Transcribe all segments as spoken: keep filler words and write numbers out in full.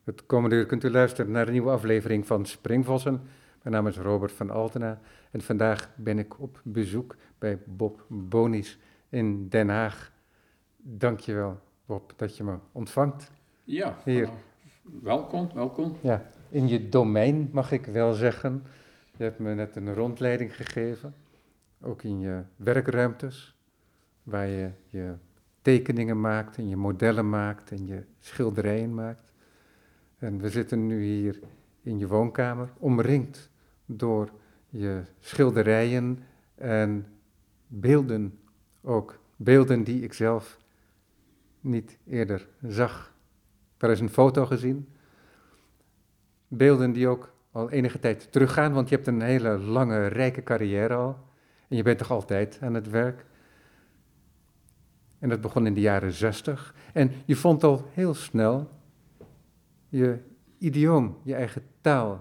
Het komende uur kunt u luisteren naar een nieuwe aflevering van Springvossen. Mijn naam is Robert van Altena en vandaag ben ik op bezoek bij Bob Bonis in Den Haag. Dankjewel, Bob, dat je me ontvangt Ja, hier. uh, welkom, welkom. Ja, in je domein mag ik wel zeggen. Je hebt me net een rondleiding gegeven, ook in je werkruimtes, waar je je tekeningen maakt en je modellen maakt en je schilderijen maakt. En we zitten nu hier in je woonkamer, omringd door je schilderijen en beelden ook. Beelden die ik zelf niet eerder zag. Daar is een foto gezien. Beelden die ook al enige tijd teruggaan, want je hebt een hele lange, rijke carrière al. En je bent toch altijd aan het werk. En dat begon in de jaren zestig. En je vond al heel snel je idioom, je eigen taal.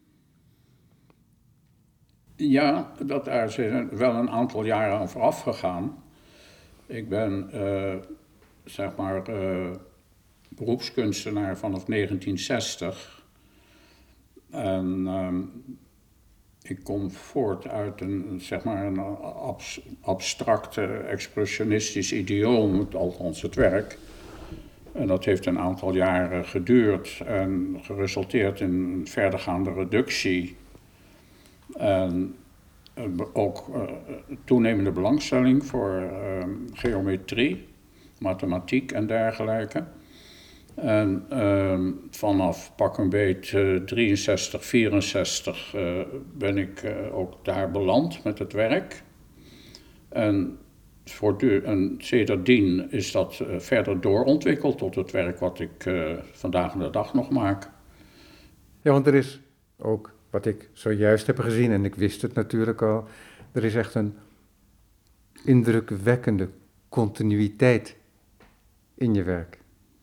Ja, dat er zijn wel een aantal jaren aan vooraf gegaan. Ik ben, uh, zeg maar, uh, beroepskunstenaar vanaf negentien zestig. En uh, ik kom voort uit een, zeg maar, een abs- abstract, uh, expressionistisch idioom, althans het werk. En dat heeft een aantal jaren geduurd en geresulteerd in een verdergaande reductie. En ook uh, toenemende belangstelling voor uh, geometrie, mathematiek en dergelijke. En uh, vanaf pak een beet uh, drieënzestig, vierenzestig uh, ben ik uh, ook daar beland met het werk. En Voortdurend, en sedertdien is dat uh, verder doorontwikkeld tot het werk wat ik uh, vandaag de dag nog maak. Ja, want er is ook, wat ik zojuist heb gezien, en ik wist het natuurlijk al, er is echt een indrukwekkende continuïteit in je werk.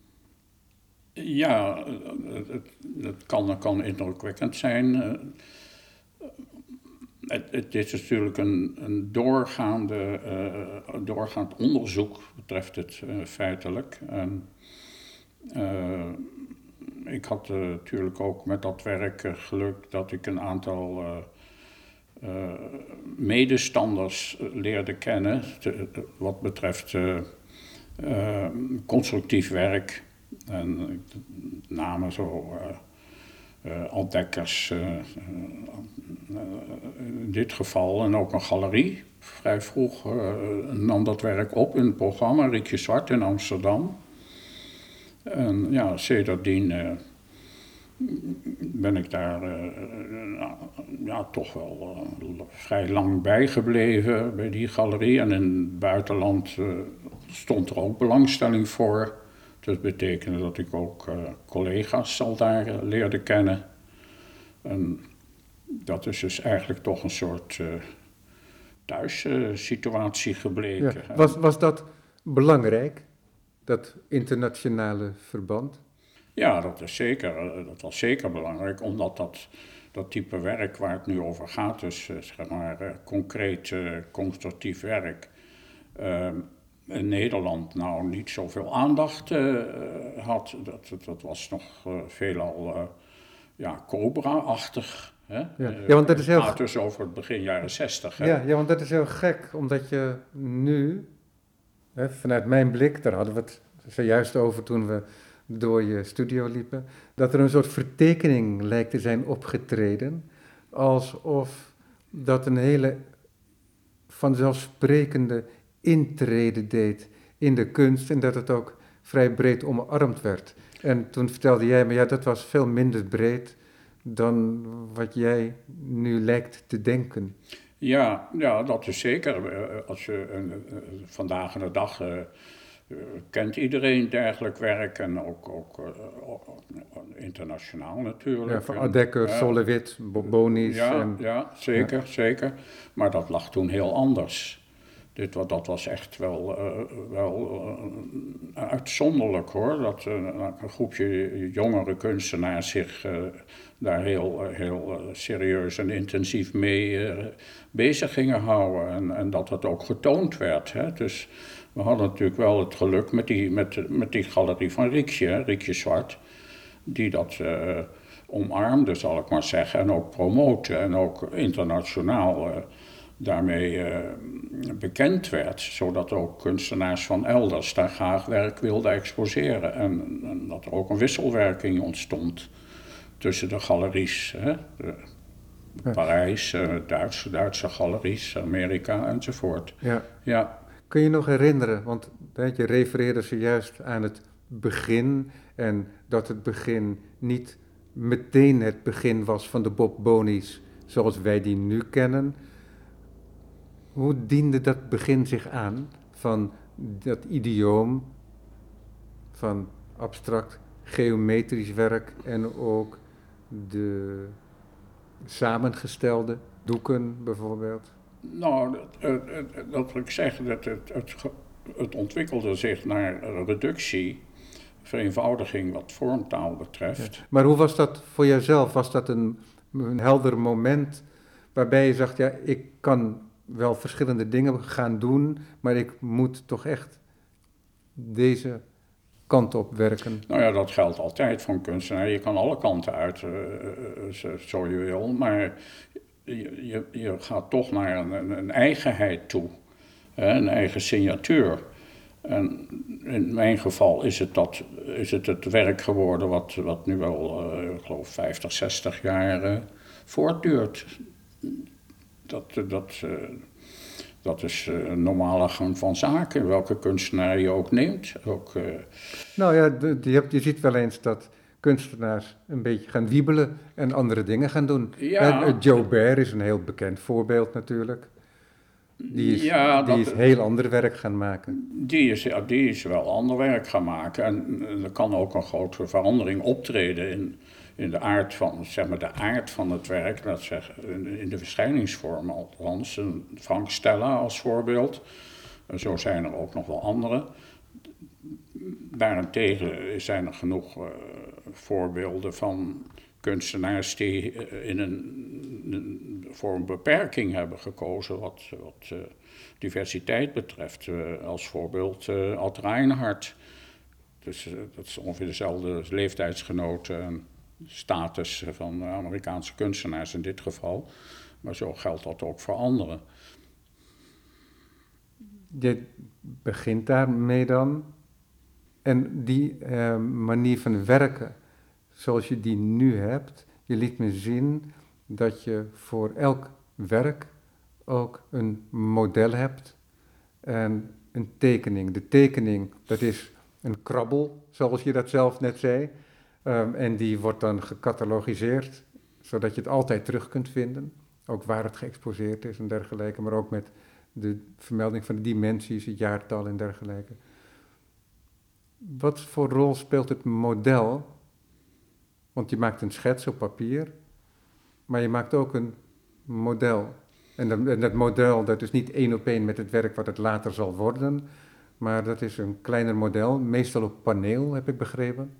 Ja, het, het kan, het kan indrukwekkend zijn. Uh, Het, het is natuurlijk een, een doorgaande, uh, doorgaand onderzoek, betreft het uh, feitelijk. En, uh, ik had uh, natuurlijk ook met dat werk uh, geluk dat ik een aantal uh, uh, medestanders leerde kennen, te, wat betreft uh, uh, constructief werk. En namen zo... Uh, Uh, ontdekkers, uh, uh, uh, in dit geval, en ook een galerie. Vrij vroeg uh, nam dat werk op in het programma, Riekje Zwart in Amsterdam. En ja, sedertdien uh, ben ik daar uh, uh, ja, toch wel uh, vrij lang bijgebleven bij die galerie. En in het buitenland uh, stond er ook belangstelling voor. Dat betekende dat ik ook uh, collega's al daar uh, leerde kennen. En dat is dus eigenlijk toch een soort uh, thuissituatie uh, gebleken. Ja. Was, was dat belangrijk, dat internationale verband? Ja, dat is zeker. Uh, dat was zeker belangrijk, omdat dat, dat type werk waar het nu over gaat, dus uh, zeg maar uh, concreet uh, constructief werk, Uh, in Nederland nou niet zoveel aandacht uh, had. Dat, dat was nog uh, veelal uh, ja, Cobra-achtig. Hè? Ja. Ja, want dat is heel... Het gaat dus over het begin jaren zestig. Hè? Ja, ja, want dat is heel gek, omdat je nu, hè, vanuit mijn blik, daar hadden we het zojuist over toen we door je studio liepen, dat er een soort vertekening lijkt te zijn opgetreden, alsof dat een hele vanzelfsprekende intrede deed in de kunst en dat het ook vrij breed omarmd werd. En toen vertelde jij me, ja, dat was veel minder breed dan wat jij nu lijkt te denken. Ja, ja, dat is zeker. Als je uh, vandaag de dag uh, uh, kent iedereen dergelijk werk en ook, ook uh, internationaal natuurlijk. Ja, van Adekker, uh, Solowit, Bonis. Ja, en, ja zeker, ja. zeker. Maar dat lag toen heel anders. Dit, dat was echt wel, uh, wel uh, uitzonderlijk hoor, dat uh, een groepje jongere kunstenaars zich uh, daar heel, uh, heel uh, serieus en intensief mee uh, bezig gingen houden en, en dat het ook getoond werd. Hè. Dus we hadden natuurlijk wel het geluk met die, met, met die galerie van Riekje, Riekje Zwart, die dat uh, omarmde, zal ik maar zeggen, en ook promoten en ook internationaal uh, daarmee uh, bekend werd, zodat ook kunstenaars van elders daar graag werk wilden exposeren en, en dat er ook een wisselwerking ontstond tussen de galeries, hè, de, Ja. Parijs, uh, Duitse, Duitse galeries, Amerika enzovoort. Ja. Ja. Kun je nog herinneren, want weet je refereerde zojuist aan het begin en dat het begin niet meteen het begin was van de Bob Boni's zoals wij die nu kennen. Hoe diende dat begin zich aan van dat idioom van abstract geometrisch werk en ook de samengestelde doeken bijvoorbeeld? Nou, dat, dat wil ik zeggen, dat het, het, het ontwikkelde zich naar reductie, vereenvoudiging wat vormtaal betreft. Ja. Maar hoe was dat voor jezelf? Was dat een, een helder moment waarbij je zegt, ja, ik kan wel verschillende dingen gaan doen, maar ik moet toch echt deze kant op werken? Nou ja, dat geldt altijd van kunstenaar. Je kan alle kanten uit, uh, zo je wil, maar je, je, je gaat toch naar een, een eigenheid toe, hè, een eigen signatuur. En in mijn geval is het, dat, is het het werk geworden wat, wat nu wel, uh, ik geloof, vijftig, zestig jaar uh, voortduurt. Dat, dat, uh, dat is uh, een normale gang van zaken, welke kunstenaar je ook neemt. Ook, uh... Nou ja, de, je, hebt, je ziet wel eens dat kunstenaars een beetje gaan wiebelen en andere dingen gaan doen. Ja. En, uh, Joe Bear is een heel bekend voorbeeld natuurlijk. Die is, ja, die dat, is heel ander werk gaan maken. Die is, ja, die is wel ander werk gaan maken. En er kan ook een grote verandering optreden in, in de aard van, zeg maar, de aard van het werk. Dat zeg, in de verschijningsvorm althans. Frank Stella als voorbeeld. En zo zijn er ook nog wel andere. Daarentegen zijn er genoeg uh, voorbeelden van kunstenaars die uh, in een, een, voor een beperking hebben gekozen wat, wat uh, diversiteit betreft. Uh, als voorbeeld uh, Ad Reinhardt. Dus uh, dat is ongeveer dezelfde leeftijdsgenoot en status van Amerikaanse kunstenaars in dit geval. Maar zo geldt dat ook voor anderen. Je begint daarmee dan. En die uh, manier van werken, zoals je die nu hebt, je liet me zien dat je voor elk werk ook een model hebt en een tekening. De tekening, dat is een krabbel, zoals je dat zelf net zei, um, en die wordt dan gecatalogiseerd, zodat je het altijd terug kunt vinden, ook waar het geëxposeerd is en dergelijke, maar ook met de vermelding van de dimensies, het jaartal en dergelijke. Wat voor rol speelt het model? Want je maakt een schets op papier, maar je maakt ook een model. En dat, en dat model, dat is niet één op één met het werk wat het later zal worden, maar dat is een kleiner model, meestal op paneel, heb ik begrepen.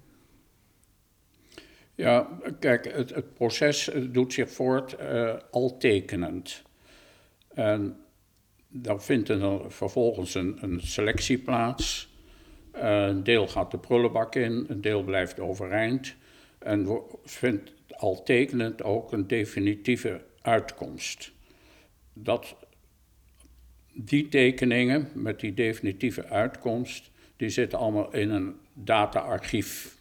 Ja, kijk, het, het proces doet zich voort uh, al tekenend. En dan vindt er vervolgens een, een selectie plaats. Uh, een deel gaat de prullenbak in, een deel blijft overeind. En vindt al tekenend ook een definitieve uitkomst. Dat, die tekeningen met die definitieve uitkomst, die zitten allemaal in een data-archief.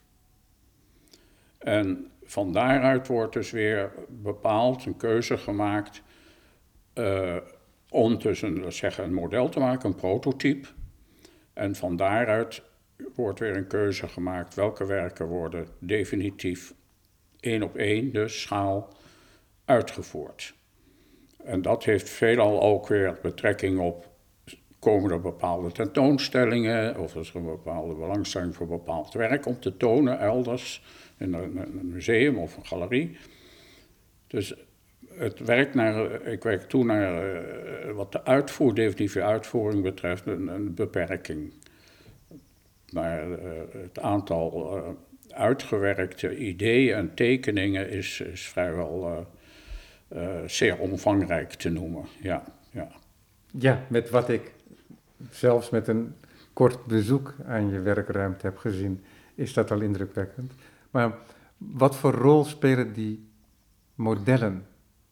En van daaruit wordt dus weer bepaald, een keuze gemaakt, uh, om dus een, zeggen, een model te maken, een prototype. En van daaruit wordt weer een keuze gemaakt welke werken worden definitief één op één, dus schaal, uitgevoerd. En dat heeft veelal ook weer betrekking op, komen er bepaalde tentoonstellingen of is er een bepaalde belangstelling voor bepaald werk om te tonen elders in een, een museum of een galerie. Dus het werkt naar, ik werk toe naar uh, wat de uitvoer, definitieve uitvoering betreft, een, een beperking. Maar uh, het aantal uh, uitgewerkte ideeën en tekeningen is, is vrijwel uh, uh, zeer omvangrijk te noemen. Ja, ja. Ja, met wat ik zelfs met een kort bezoek aan je werkruimte heb gezien, is dat al indrukwekkend. Maar wat voor rol spelen die modellen?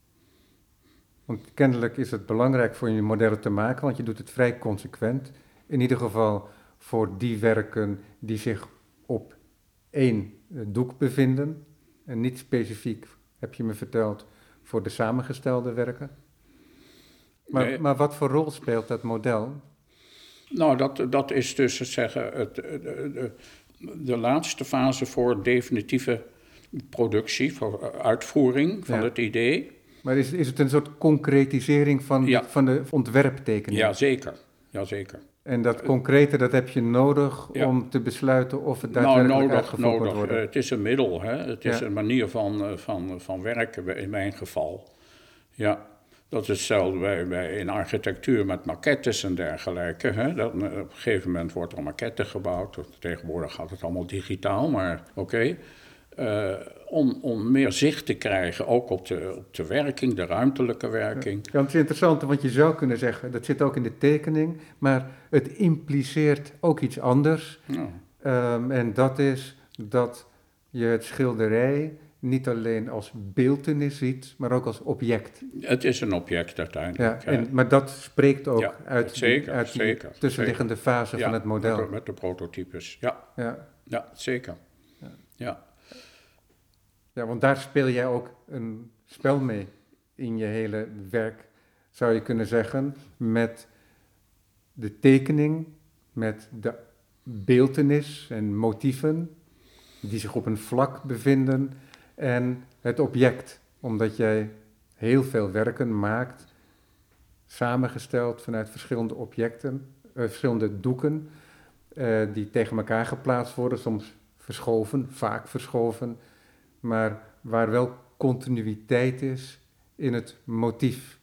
Want kennelijk is het belangrijk voor je modellen te maken, want je doet het vrij consequent. In ieder geval voor die werken die zich op één eh, doek bevinden. En niet specifiek, heb je me verteld, voor de samengestelde werken. Maar, Nee. maar wat voor rol speelt dat model? Nou, dat, dat is dus het zeggen, het, de, de, de laatste fase voor definitieve productie, voor uitvoering van Ja. het idee. Maar is, is het een soort concretisering van, Ja. van de ontwerptekening? Jazeker, jazeker. En dat concrete, dat heb je nodig Ja. om te besluiten of het Nou, daadwerkelijk nodig, uitgevoerd moet nodig. worden. Uh, het is een middel, hè? Het is Ja. een manier van, uh, van, van werken in mijn geval. Ja, dat is hetzelfde bij, bij in architectuur met maquettes en dergelijke. Hè? Dat, uh, op een gegeven moment wordt er een maquette gebouwd. Tegenwoordig gaat het allemaal digitaal, maar oké. Okay. Uh, om, om meer zicht te krijgen, ook op de, op de werking, de ruimtelijke werking. Ja, het is interessant, want je zou kunnen zeggen, dat zit ook in de tekening, maar het impliceert ook iets anders. Ja. Um, en dat is dat je het schilderij niet alleen als beeltenis ziet, maar ook als object. Het is een object uiteindelijk. Ja, en, maar dat spreekt ook ja, uit, zeker, die, uit die zeker, tussenliggende zeker. fase ja, van het model. Met de, met de prototypes, ja. Ja, ja zeker. Ja. Ja. Ja, want daar speel jij ook een spel mee in je hele werk, zou je kunnen zeggen, met de tekening, met de beeltenis en motieven die zich op een vlak bevinden en het object, omdat jij heel veel werken maakt, samengesteld vanuit verschillende objecten, uh, verschillende doeken, uh, die tegen elkaar geplaatst worden, soms verschoven, vaak verschoven, maar waar wel continuïteit is in het motief.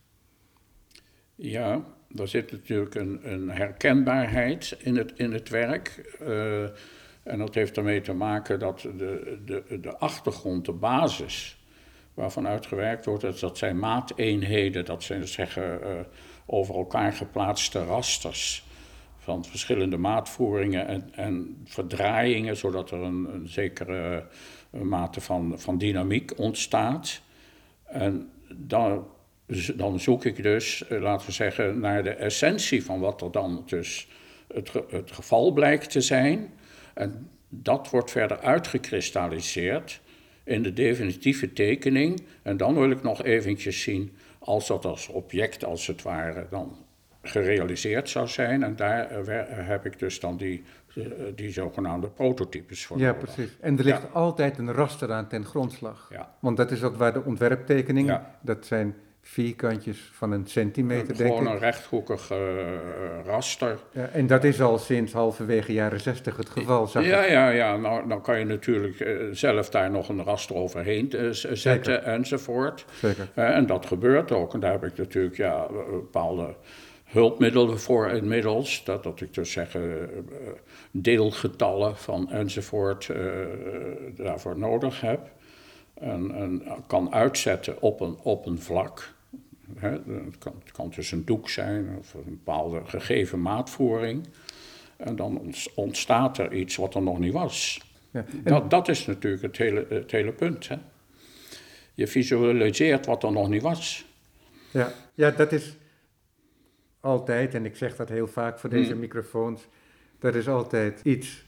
Ja, daar zit natuurlijk een, een herkenbaarheid in het, in het werk. Uh, en dat heeft ermee te maken dat de, de, de achtergrond, de basis waarvan uitgewerkt wordt, dat, dat zijn maateenheden, dat zijn zeggen uh, over elkaar geplaatste rasters van verschillende maatvoeringen en, en verdraaiingen, zodat er een, een zekere uh, mate van, van dynamiek ontstaat. En dan, dan zoek ik dus, uh, laten we zeggen, naar de essentie van wat er dan dus het, het geval blijkt te zijn. En dat wordt verder uitgekristalliseerd in de definitieve tekening. En dan wil ik nog eventjes zien, als dat als object als het ware dan gerealiseerd zou zijn. En daar uh, heb ik dus dan die, uh, die zogenaamde prototypes voor Ja, nodig. precies. En er ligt Ja. altijd een raster aan ten grondslag. Ja. Want dat is ook waar de ontwerptekening, Ja. dat zijn vierkantjes van een centimeter, Uh, denk gewoon ik. een rechthoekig uh, raster. Ja, en dat is al sinds halverwege jaren zestig het geval, zag Ja, ik. ja, ja. Nou, dan kan je natuurlijk uh, zelf daar nog een raster overheen uh, zetten Zeker. enzovoort. Zeker. Uh, en dat gebeurt ook. En daar heb ik natuurlijk ja, bepaalde hulpmiddelen voor inmiddels. Dat, dat ik dus zeg, uh, deelgetallen van enzovoort uh, daarvoor nodig heb. En, en kan uitzetten op een, op een vlak. Hè, het, kan, het kan dus een doek zijn of een bepaalde gegeven maatvoering. En dan ontstaat er iets wat er nog niet was. Ja. En, Dat, dat is natuurlijk het hele, het hele punt. Hè. Je visualiseert wat er nog niet was. ja, ja, dat is altijd, en ik zeg dat heel vaak voor deze Hmm. microfoons, dat is altijd iets,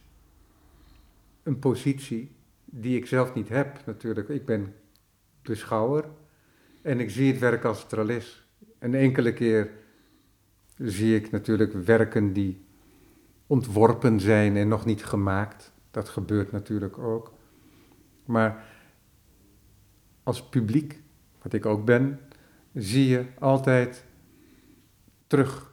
een positie die ik zelf niet heb natuurlijk. Ik ben beschouwer en ik zie het werk als het er al is. En enkele keer zie ik natuurlijk werken die ontworpen zijn en nog niet gemaakt. Dat gebeurt natuurlijk ook. Maar als publiek, wat ik ook ben, zie je altijd terug.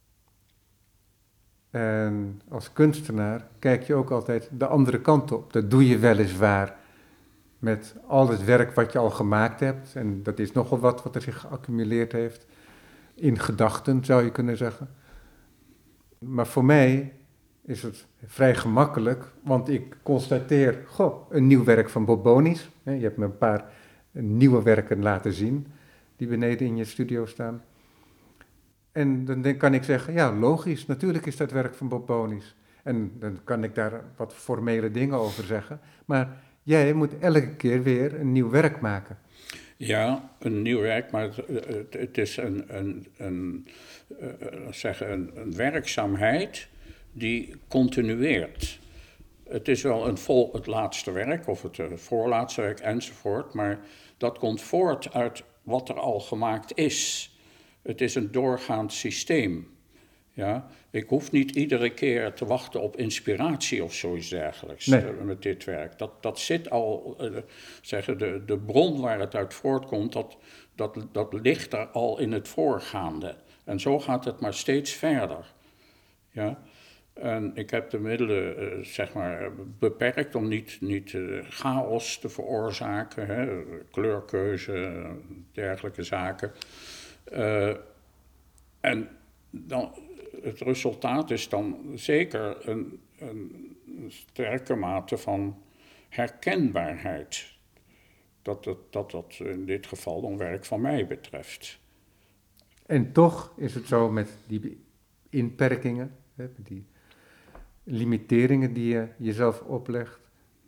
En als kunstenaar kijk je ook altijd de andere kant op. Dat doe je weliswaar met al het werk wat je al gemaakt hebt. En dat is nogal wat wat er zich geaccumuleerd heeft. In gedachten, zou je kunnen zeggen. Maar voor mij is het vrij gemakkelijk, want ik constateer, goh, een nieuw werk van Bob Bonis. Je hebt me een paar nieuwe werken laten zien, die beneden in je studio staan. En dan kan ik zeggen, ja, logisch, natuurlijk is dat werk van Bob Bonis. En dan kan ik daar wat formele dingen over zeggen. Maar jij moet elke keer weer een nieuw werk maken. Ja, een nieuw werk, maar het, het, het is een, een, een, uh, zeggen, een, een werkzaamheid die continueert. Het is wel een vol, het laatste werk of het uh, voorlaatste werk enzovoort, maar dat komt voort uit wat er al gemaakt is. Het is een doorgaand systeem. Ja? Ik hoef niet iedere keer te wachten op inspiratie of zoiets dergelijks nee. uh, met dit werk. Dat, dat zit al, uh, zeggen de, de bron waar het uit voortkomt, dat, dat, dat ligt er al in het voorgaande. En zo gaat het maar steeds verder. Ja? En ik heb de middelen uh, zeg maar, beperkt om niet, niet uh, chaos te veroorzaken, hè? Kleurkeuze, dergelijke zaken. Uh, en dan, het resultaat is dan zeker een, een sterke mate van herkenbaarheid. Dat dat, dat dat in dit geval dan werk van mij betreft. En toch is het zo met die inperkingen, hè, die limiteringen die je jezelf oplegt,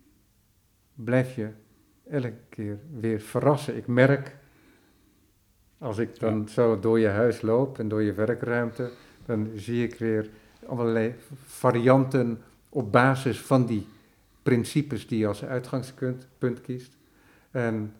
blijf je elke keer weer verrassen. Ik merk, als ik dan ja. zo door je huis loop en door je werkruimte, dan zie ik weer allerlei varianten op basis van die principes die je als uitgangspunt kiest. En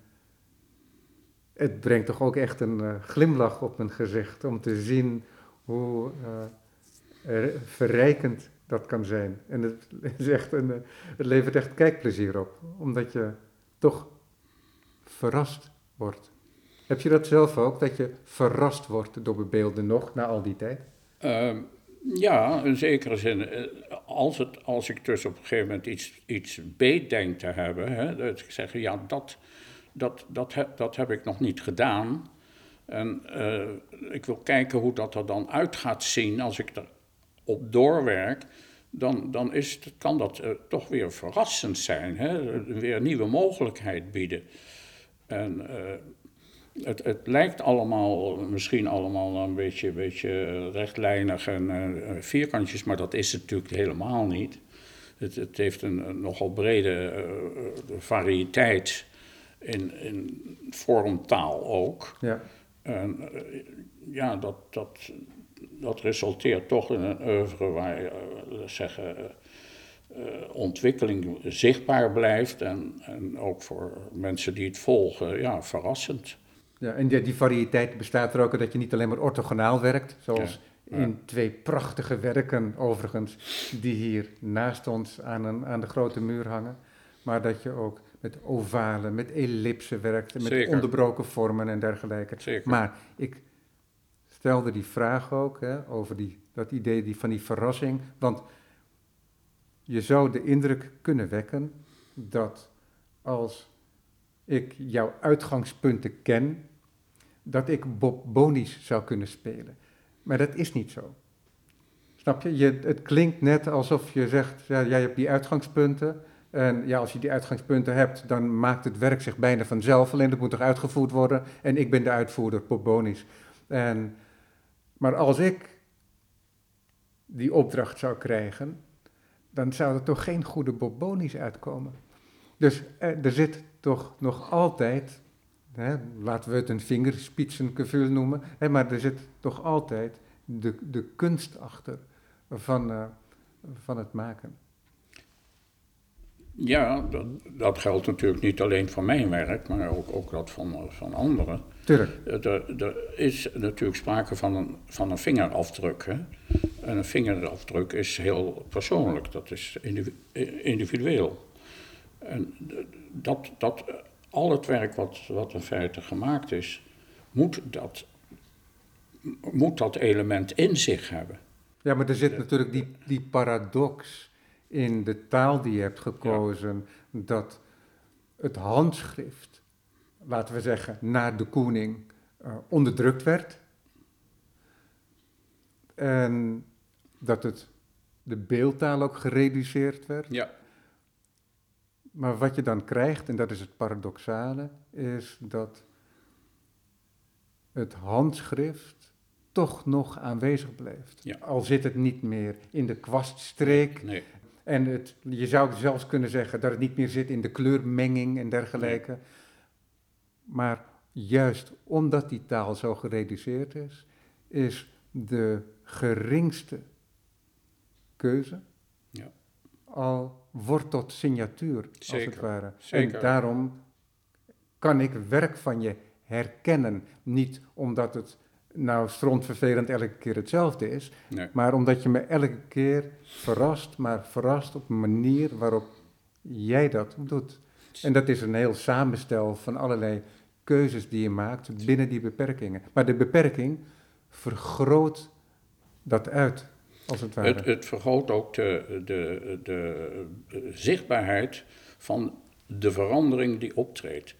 het brengt toch ook echt een uh, glimlach op mijn gezicht om te zien hoe uh, verrijkend dat kan zijn. En het, is echt een, uh, het levert echt kijkplezier op, omdat je toch verrast wordt. Heb je dat zelf ook, dat je verrast wordt door beelden nog na al die tijd? Uh, ja, in zekere zin. Als, het, als ik dus op een gegeven moment iets, iets beet denk te hebben, hè, dat ik zeg, ja, dat, dat, dat, heb, dat heb ik nog niet gedaan. En uh, ik wil kijken hoe dat er dan uit gaat zien als ik erop doorwerk. Dan, dan is het, kan dat uh, toch weer verrassend zijn, hè? Weer een nieuwe mogelijkheid bieden. En uh, het, het lijkt allemaal, misschien allemaal een beetje, beetje rechtlijnig en uh, vierkantjes, maar dat is het natuurlijk helemaal niet. Het, het heeft een, een nogal brede uh, variëteit in, in vormtaal ook. Ja. En uh, ja, dat, dat, dat resulteert toch in een oeuvre waar, uh, zeggen, uh, ontwikkeling zichtbaar blijft en, en ook voor mensen die het volgen, ja, verrassend. Ja, en die, die variëteit bestaat er ook dat je niet alleen maar orthogonaal werkt, zoals ja, ja. in twee prachtige werken overigens, die hier naast ons aan, een, aan de grote muur hangen, maar dat je ook met ovalen, met ellipsen werkt, met Zeker. onderbroken vormen en dergelijke. Zeker. Maar ik stelde die vraag ook hè, over die, dat idee die, van die verrassing, want je zou de indruk kunnen wekken dat als ik jouw uitgangspunten ken, dat ik Bob Bonies zou kunnen spelen. Maar dat is niet zo. Snap je? je het klinkt net alsof je zegt, ja, jij hebt die uitgangspunten. En ja, als je die uitgangspunten hebt, dan maakt het werk zich bijna vanzelf. Alleen dat moet toch uitgevoerd worden. En ik ben de uitvoerder, Bob Bonies. En, maar als ik die opdracht zou krijgen, dan zou er toch geen goede Bob Bonies uitkomen. Dus er, er zit toch nog altijd, hè, laten we het een vingerspitsengevoel noemen, hè, maar er zit toch altijd de, de kunst achter van, uh, van het maken. Ja, dat, dat geldt natuurlijk niet alleen voor mijn werk, maar ook, ook dat van, van anderen. Tuurlijk. Er, er is natuurlijk sprake van een, van een vingerafdruk. Hè? En een vingerafdruk is heel persoonlijk, dat is individueel. En dat, dat, al het werk wat, wat in feite gemaakt is, moet dat, moet dat element in zich hebben. Ja, maar er zit natuurlijk die, die paradox in de taal die je hebt gekozen, ja. dat het handschrift, laten we zeggen, na de koning uh, onderdrukt werd. En dat het de beeldtaal ook gereduceerd werd. Ja. Maar wat je dan krijgt, en dat is het paradoxale, is dat het handschrift toch nog aanwezig blijft. Ja. Al zit het niet meer in de kwaststreek. Nee. En het, je zou zelfs kunnen zeggen dat het niet meer zit in de kleurmenging en dergelijke. Nee. Maar juist omdat die taal zo gereduceerd is, is de geringste keuze ja. al wordt tot signatuur, Zeker. als het ware. Zeker. En daarom kan ik werk van je herkennen. Niet omdat het nou strontvervelend elke keer hetzelfde is, nee. maar omdat je me elke keer verrast, maar verrast op een manier waarop jij dat doet. En dat is een heel samenstel van allerlei keuzes die je maakt binnen die beperkingen. Maar de beperking vergroot dat uit, als het ware. Het, het vergroot ook de, de, de, de zichtbaarheid van de verandering die optreedt.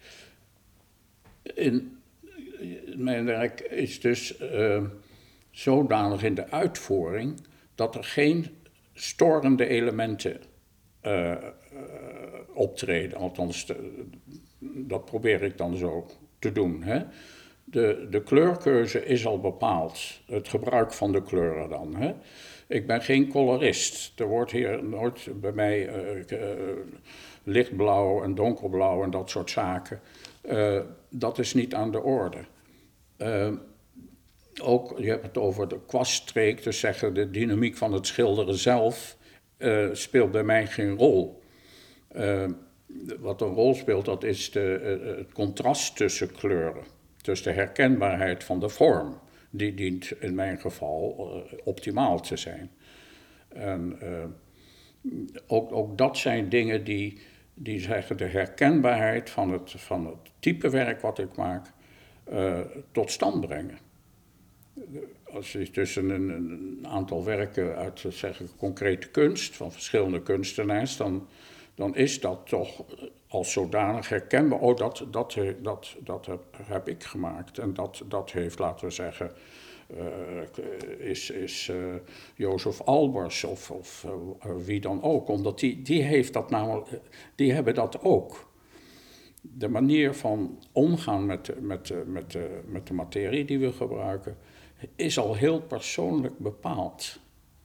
In mijn werk is dus uh, zodanig in de uitvoering dat er geen storende elementen uh, uh, optreden. Althans, de, dat probeer ik dan zo te doen. Hè? De, de kleurkeuze is al bepaald, het gebruik van de kleuren dan. Hè? Ik ben geen colorist. Er wordt hier nooit bij mij uh, uh, lichtblauw en donkerblauw en dat soort zaken. Uh, dat is niet aan de orde. Uh, ook, je hebt het over de kwaststreek, dus zeggen de dynamiek van het schilderen zelf uh, speelt bij mij geen rol. Uh, wat een rol speelt, dat is de, uh, het contrast tussen kleuren. Dus de herkenbaarheid van de vorm. Die dient in mijn geval uh, optimaal te zijn. En uh, ook, ook dat zijn dingen die, die zeggen de herkenbaarheid van het, van het type werk wat ik maak uh, tot stand brengen. Als je tussen een, een aantal werken uit zeggen, concrete kunst van verschillende kunstenaars, dan, dan is dat toch als zodanig herkenbaar. Oh, dat, dat, dat, dat heb, heb ik gemaakt. En dat, dat heeft, laten we zeggen, uh, is, is uh, Jozef Albers of, of uh, wie dan ook. Omdat die, die, heeft dat namelijk, die hebben dat ook. De manier van omgaan met, met, met, met de materie die we gebruiken is al heel persoonlijk bepaald.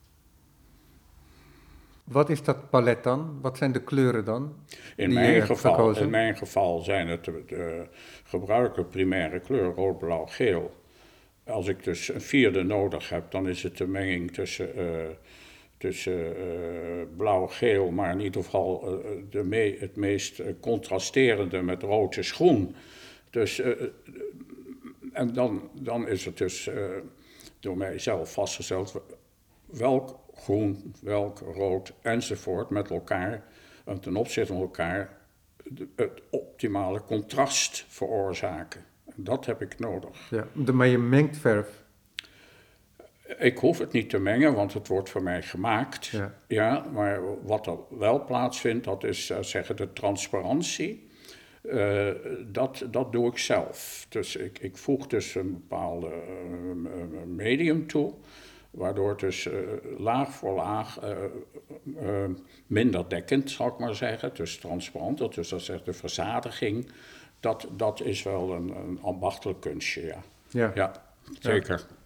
Wat is dat palet dan? Wat zijn de kleuren dan? In, mijn geval, in mijn geval zijn het de, de gebruikelijke primaire kleur rood, blauw, geel. Als ik dus een vierde nodig heb, dan is het de menging tussen, uh, tussen uh, blauw, geel, maar in ieder geval uh, de me- het meest contrasterende met rood is groen. Dus, uh, en dan, dan is het dus uh, door mijzelf vastgesteld welk groen, welk rood enzovoort met elkaar, en ten opzichte van elkaar, het optimale contrast veroorzaken. En dat heb ik nodig. Ja, maar je mengt verf. Ik hoef het niet te mengen, want het wordt voor mij gemaakt. Ja, ja maar wat er wel plaatsvindt, dat is uh, zeggen de transparantie. Uh, dat, dat doe ik zelf. Dus ik, ik voeg dus een bepaalde uh, medium toe, waardoor het dus uh, laag voor laag uh, uh, minder dekkend, zal ik maar zeggen, dus transparant, dus dat zegt de verzadiging, dat, dat is wel een, een ambachtelijk kunstje, ja. Ja, ja zeker. Ja.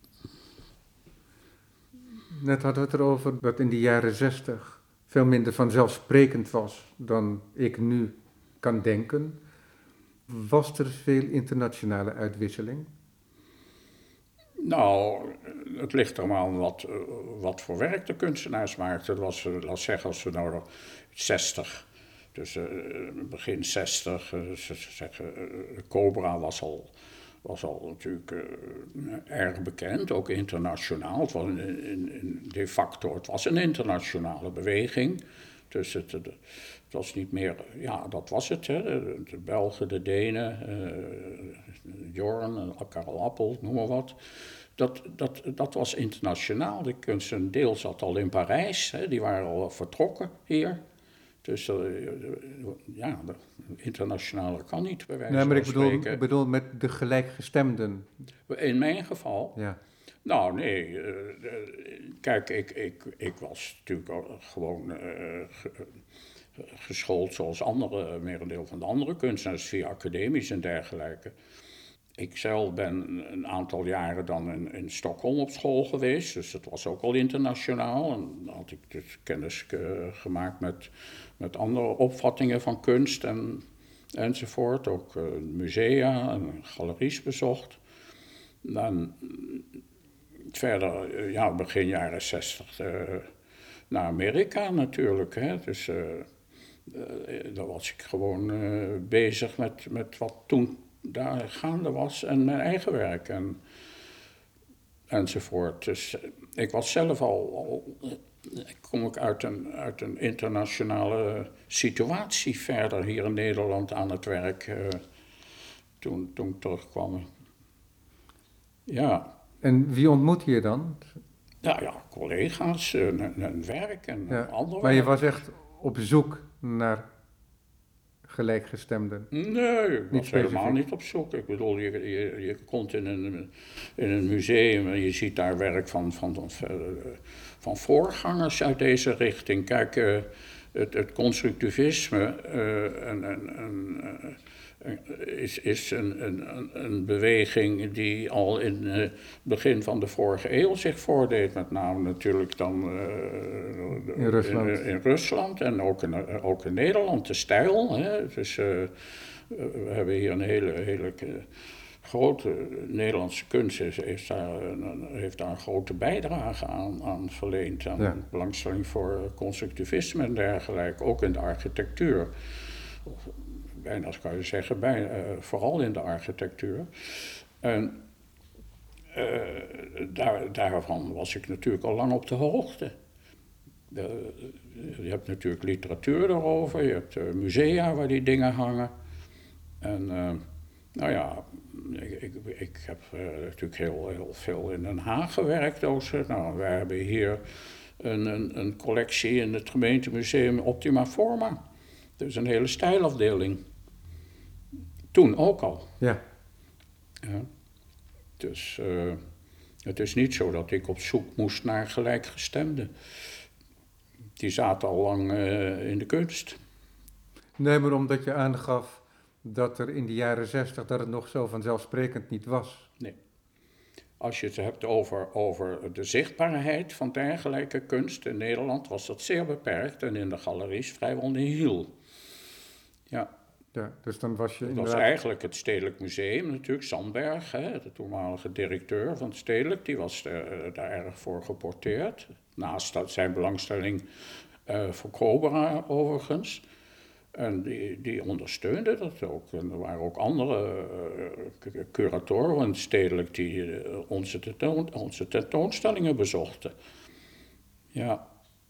Net hadden we het erover dat in de jaren zestig veel minder vanzelfsprekend was dan ik nu kan denken. Was er veel internationale uitwisseling? Nou, het ligt er maar aan wat, wat voor werk de kunstenaars maakten. Het was, laat zeggen, als we nou zestig, dus uh, begin zestig, uh, zeggen, uh, Cobra was al, was al natuurlijk uh, erg bekend, ook internationaal. Het was een, een, de facto, het was een internationale beweging. Dus het, het, het was niet meer, ja, dat was het, hè. De, de Belgen, de Denen, uh, Jorn, Karel Appel, noem maar wat. Dat, dat, dat was internationaal. De kunst, een deel zat al in Parijs, hè. Die waren al vertrokken hier. Dus uh, ja, de internationale kan niet, bij wijze nee, maar ik van bedoel, spreken. ik bedoel met de gelijkgestemden. In mijn geval? Ja. Nou, nee. Uh, uh, kijk, ik, ik, ik was natuurlijk al gewoon uh, ge, geschoold zoals andere, merendeel van de andere kunstenaars, via academies en dergelijke. ik zelf ben een aantal jaren dan in, in Stockholm op school geweest, dus dat was ook al internationaal. En dan had ik dus kennis uh, gemaakt met, met andere opvattingen van kunst en, enzovoort. Ook uh, musea en galeries bezocht. Dan verder, uh, ja, begin jaren zestig, uh, naar Amerika natuurlijk. Hè. Dus uh, uh, daar was ik gewoon uh, bezig met, met wat toen daar gaande was en mijn eigen werk en, enzovoort. Dus ik was zelf al, al kom ik uit een, uit een internationale situatie verder hier in Nederland aan het werk uh, toen, toen ik terugkwam. Ja. En wie ontmoette je dan? Nou ja, collega's, een, een werk en Ja, een ander maar je werk. was echt op zoek naar gelijkgestemden? Nee, ik was Niet helemaal specifiek. niet op zoek. Ik bedoel, je, je, je komt in een, in een museum en je ziet daar werk van, van, van, van voorgangers uit deze richting. Kijk, uh, het, het constructivisme uh, en, en, en, uh, is, is een, een, een beweging die al in het uh, begin van de vorige eeuw zich voordeed. Met name natuurlijk dan uh, in, Rusland. In, in Rusland en ook in, ook in Nederland, de stijl. Hè? Dus, uh, we hebben hier een hele, hele grote Nederlandse kunst, heeft daar een, heeft daar een grote bijdrage aan, aan verleend. Aan ja. belangstelling voor constructivisme en dergelijke, ook in de architectuur. Bijna kan je zeggen, bij, uh, vooral in de architectuur. En uh, daar, daarvan was ik natuurlijk al lang op de hoogte. De, je hebt natuurlijk literatuur erover, je hebt uh, musea waar die dingen hangen. En uh, nou ja, ik, ik, ik heb uh, natuurlijk heel, heel veel in Den Haag gewerkt. Ook. Nou, wij hebben hier een, een, een collectie in het gemeentemuseum Optima Forma. Dus een hele stijlafdeling. Toen ook al. Ja. Ja. Dus uh, het is niet zo dat ik op zoek moest naar gelijkgestemden. Die zaten al lang uh, in de kunst. Nee, maar omdat je aangaf dat er in de jaren zestig dat het nog zo vanzelfsprekend niet was. Nee. Als je het hebt over, over de zichtbaarheid van dergelijke kunst in Nederland, was dat zeer beperkt en in de galeries vrijwel nihil. Ja. Ja, dus dan was je dat inderdaad... was eigenlijk het Stedelijk Museum natuurlijk, Sandberg, hè, de toenmalige directeur van het Stedelijk, die was uh, daar erg voor geporteerd. Naast dat zijn belangstelling uh, voor Cobra overigens. En die, die ondersteunde dat ook. En er waren ook andere uh, curatoren van het Stedelijk die uh, onze, tentoon, onze tentoonstellingen bezochten. Ja.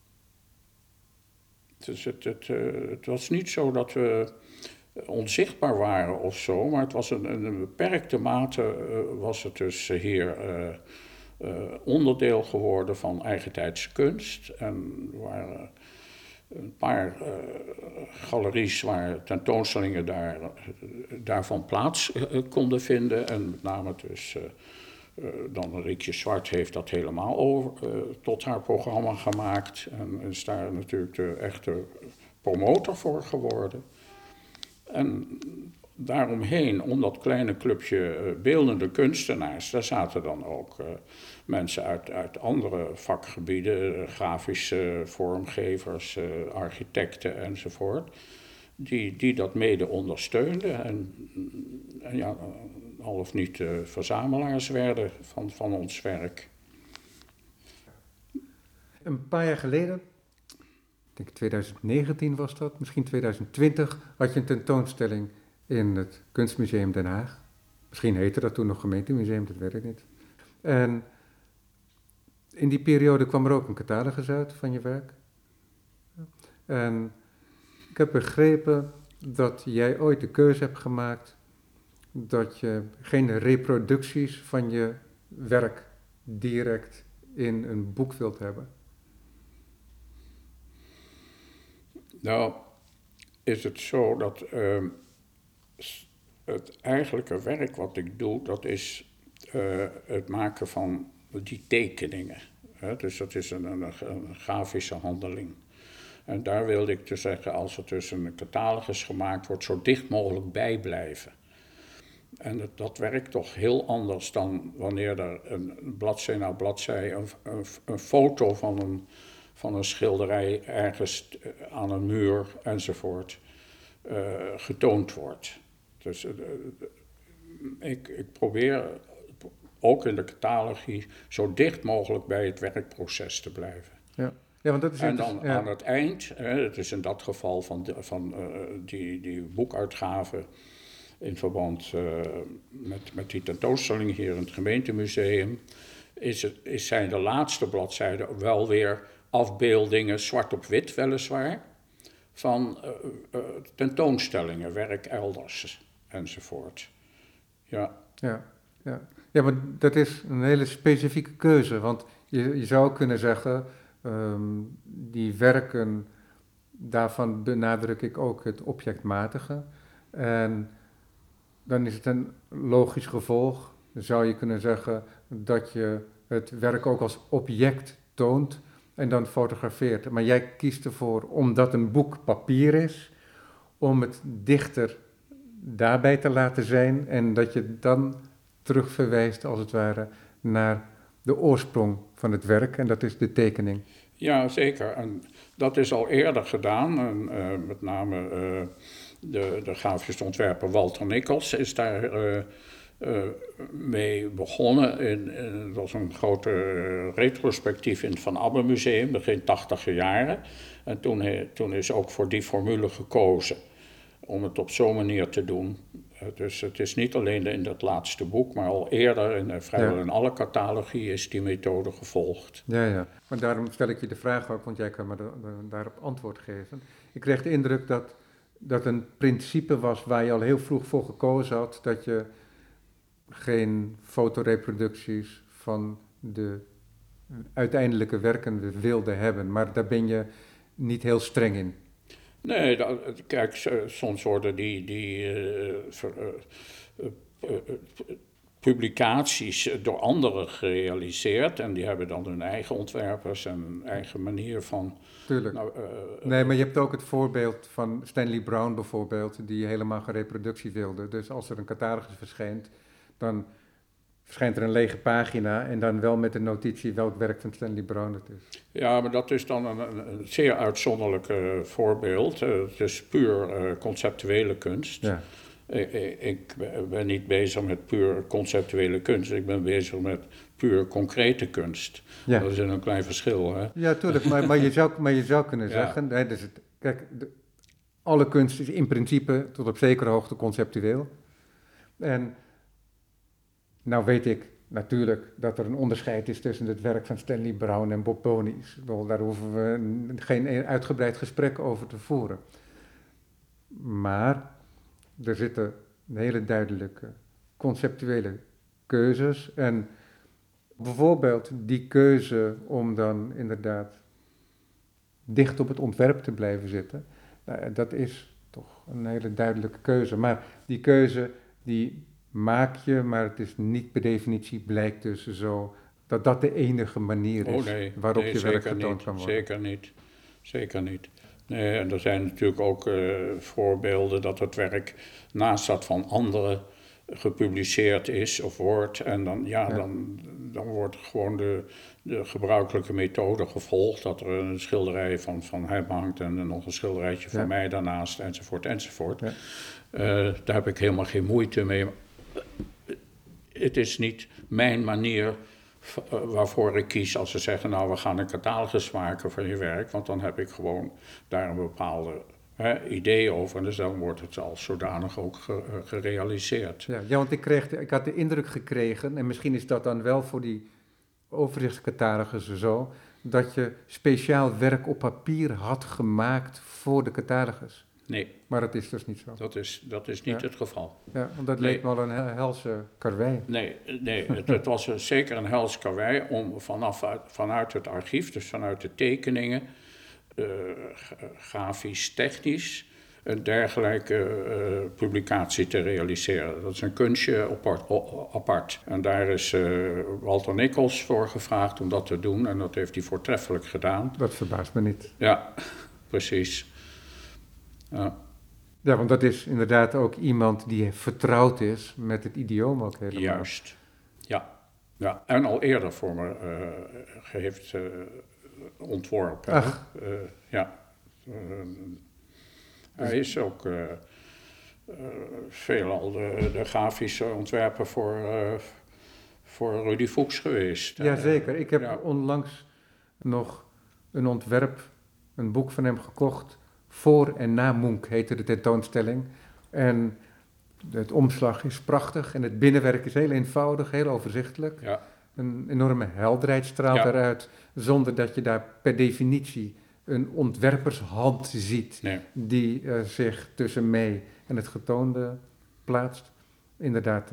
Dus het, het, uh, het was niet zo dat we onzichtbaar waren of zo, maar het was een, een beperkte mate uh, was het dus hier uh, uh, onderdeel geworden van eigentijdse kunst. En er waren een paar uh, galeries waar tentoonstellingen daar, uh, daarvan plaats uh, konden vinden. En met name dus uh, uh, dan Riekje Zwart heeft dat helemaal over, uh, tot haar programma gemaakt. En is daar natuurlijk de echte promotor voor geworden. En daaromheen, om dat kleine clubje uh, beeldende kunstenaars, daar zaten dan ook uh, mensen uit, uit andere vakgebieden, uh, grafische vormgevers, uh, architecten enzovoort, die, die dat mede ondersteunden en, en ja, al of niet uh, verzamelaars werden van, van ons werk. Een paar jaar geleden, ik denk twintig negentien was dat, misschien twintig twintig, had je een tentoonstelling in het Kunstmuseum Den Haag. Misschien heette dat toen nog gemeentemuseum, dat weet ik niet. En in die periode kwam er ook een catalogus uit van je werk. En ik heb begrepen dat jij ooit de keuze hebt gemaakt dat je geen reproducties van je werk direct in een boek wilt hebben. Nou, is het zo dat uh, het eigenlijke werk wat ik doe, dat is uh, het maken van die tekeningen. Hè? Dus dat is een, een, een grafische handeling. En daar wilde ik dus zeggen, als er dus een catalogus gemaakt wordt, zo dicht mogelijk bij blijven. En dat, dat werkt toch heel anders dan wanneer er een bladzij na bladzij een, een, een foto van een, van een schilderij ergens aan een muur enzovoort uh, getoond wordt. Dus uh, ik, ik probeer ook in de catalogie zo dicht mogelijk bij het werkproces te blijven. Ja. Ja, want dat is en dan ja. aan het eind, hè, het is in dat geval van, de, van uh, die, die boekuitgave in verband uh, met, met die tentoonstelling hier in het gemeentemuseum, is het, is zijn de laatste bladzijden wel weer afbeeldingen, zwart op wit weliswaar, van uh, uh, tentoonstellingen, werk elders enzovoort. Ja. Ja, ja. ja, maar dat is een hele specifieke keuze, want je, je zou kunnen zeggen, um, die werken, daarvan benadruk ik ook het objectmatige. En dan is het een logisch gevolg, zou je kunnen zeggen, dat je het werk ook als object toont en dan fotografeert. Maar jij kiest ervoor, omdat een boek papier is, om het dichter daarbij te laten zijn en dat je dan terugverwijst, als het ware, naar de oorsprong van het werk en dat is de tekening. Ja, zeker. En dat is al eerder gedaan. En, uh, met name uh, de, de grafisch ontwerper Walter Nikkels is daar uh, uh, mee begonnen. In, in, het was een grote uh, retrospectief in het Van Abbe Museum, begin tachtiger jaren. En toen, he, toen is ook voor die formule gekozen om het op zo'n manier te doen. Dus het is niet alleen in dat laatste boek, maar al eerder in vrijwel ja. in alle catalogie is die methode gevolgd. Ja, ja. Maar daarom stel ik je de vraag ook, want jij kan me de, de, daarop antwoord geven. Ik kreeg de indruk dat dat een principe was waar je al heel vroeg voor gekozen had, dat je geen fotoreproducties van de uiteindelijke werken wilde hebben. Maar daar ben je niet heel streng in. Nee, dat, kijk, soms worden die, die uh, ver, uh, uh, uh, publicaties door anderen gerealiseerd en die hebben dan hun eigen ontwerpers en hun eigen manier van... Tuurlijk. Nou, uh, nee, maar je hebt ook het voorbeeld van Stanley Brown bijvoorbeeld, die helemaal geen reproductie wilde. Dus als er een catalogus verschijnt, dan verschijnt er een lege pagina en dan wel met de notitie welk werk van Stanley Brown het is. Ja, maar dat is dan een, een zeer uitzonderlijk uh, voorbeeld. Uh, het is puur uh, conceptuele kunst. Ja. Ik, ik ben niet bezig met puur conceptuele kunst. Ik ben bezig met puur concrete kunst. Ja. Dat is een klein verschil, hè? Ja, tuurlijk. Maar, maar, je, zou, maar je zou kunnen ja. zeggen... Hè, dus het, kijk, de, alle kunst is in principe tot op zekere hoogte conceptueel. En nou weet ik natuurlijk dat er een onderscheid is tussen het werk van Stanley Brown en Bob Ponies. Daar hoeven we geen uitgebreid gesprek over te voeren. Maar er zitten hele duidelijke conceptuele keuzes. En bijvoorbeeld die keuze om dan inderdaad dicht op het ontwerp te blijven zitten, nou, dat is toch een hele duidelijke keuze. Maar die keuze die maak je, maar het is niet per definitie blijkt dus zo dat dat de enige manier is oh nee, waarop nee, je werk getoond niet, kan worden. Zeker niet, zeker niet. Nee, en er zijn natuurlijk ook uh, voorbeelden dat het werk naast dat van anderen gepubliceerd is of wordt. En dan, ja, ja. dan, dan wordt gewoon de, de gebruikelijke methode gevolgd. Dat er een schilderij van, van hem hangt en nog een schilderijtje van ja. mij daarnaast enzovoort enzovoort. Ja. Uh, daar heb ik helemaal geen moeite mee. Het is niet mijn manier waarvoor ik kies als ze zeggen, nou we gaan een catalogus maken van je werk, want dan heb ik gewoon daar een bepaalde hè, idee over en dus dan wordt het als zodanig ook ge, gerealiseerd. Ja, ja, want ik, kreeg de, ik had de indruk gekregen, en misschien is dat dan wel voor die overzichtscatalogussen zo, dat je speciaal werk op papier had gemaakt voor de catalogus. Nee. Maar dat is dus niet zo. Dat is, dat is niet ja. het geval. Ja, want dat nee. leek wel een helse karwei. Nee, nee het, het was een, zeker een hels karwei om vanaf, vanuit het archief, dus vanuit de tekeningen, uh, grafisch, technisch, een dergelijke uh, publicatie te realiseren. Dat is een kunstje apart. apart. En daar is uh, Walter Nikkels voor gevraagd om dat te doen en dat heeft hij voortreffelijk gedaan. Dat verbaast me niet. Ja, precies. Ja. Ja, want dat is inderdaad ook iemand die vertrouwd is met het idioom ook helemaal. Juist, ja. ja. En al eerder voor me uh, heeft uh, ontworpen. Ach. Uh, ja. Uh, hij is ook uh, uh, veelal de, de grafische ontwerper voor, uh, voor Rudy Fuchs geweest. Jazeker, ik heb ja. onlangs nog een ontwerp, een boek van hem gekocht. Voor en na Munch heette de tentoonstelling. En het omslag is prachtig en het binnenwerk is heel eenvoudig, heel overzichtelijk. Ja. Een enorme helderheid straalt ja. eruit, zonder dat je daar per definitie een ontwerpershand ziet nee. die uh, zich tussen mij en het getoonde plaatst. Inderdaad uh,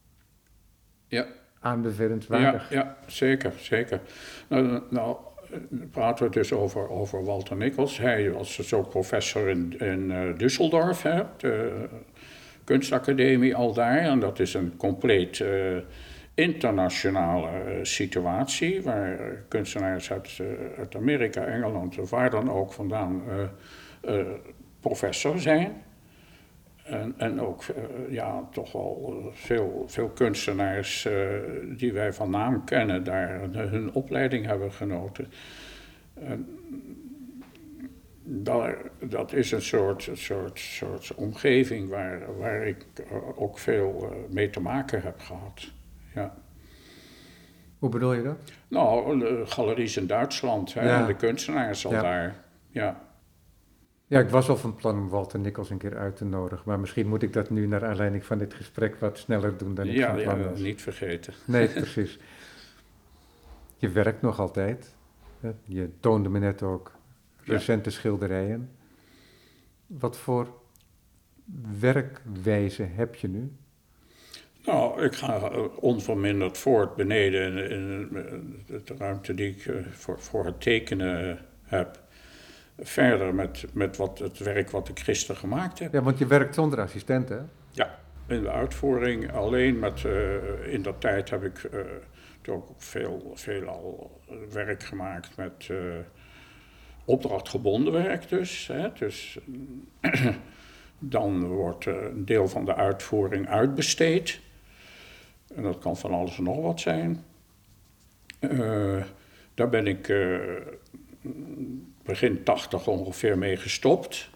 ja. aanbevelenswaardig. Ja, ja, zeker, zeker. Nou, nou praten we dus over, over Walter Nickels. Hij was dus ook professor in, in uh, Düsseldorf, hè, de kunstacademie al daar. En dat is een compleet uh, internationale uh, situatie, waar uh, kunstenaars uit, uh, uit Amerika, Engeland of waar dan ook vandaan uh, uh, professor zijn. En, en ook uh, ja, toch wel uh, veel, veel kunstenaars uh, die wij van naam kennen, daar uh, hun opleiding hebben genoten. En daar, dat is een soort, soort, soort omgeving waar, waar ik uh, ook veel uh, mee te maken heb gehad. Ja. Hoe bedoel je dat? Nou, de galeries in Duitsland, hè, ja. en de kunstenaars al ja. daar. Ja. Ja, ik was al van plan om Walter Nickels een keer uit te nodigen, maar misschien moet ik dat nu naar aanleiding van dit gesprek wat sneller doen dan ik ja, van plan ja, was. niet vergeten. Nee, precies. Je werkt nog altijd. Je toonde me net ook recente ja. schilderijen. Wat voor werkwijze heb je nu? Nou, ik ga onverminderd voort beneden in, in de ruimte die ik voor, voor het tekenen heb. Verder met, met wat, het werk wat ik gisteren gemaakt heb. Ja, want je werkt zonder assistent, hè? Ja, in de uitvoering alleen met, uh, in dat tijd heb ik uh, ook veel, veel al werk gemaakt met uh, opdrachtgebonden werk dus. Hè. Dus dan wordt uh, een deel van de uitvoering uitbesteed. En dat kan van alles en nog wat zijn. Uh, daar ben ik uh, begin tachtig ongeveer mee gestopt.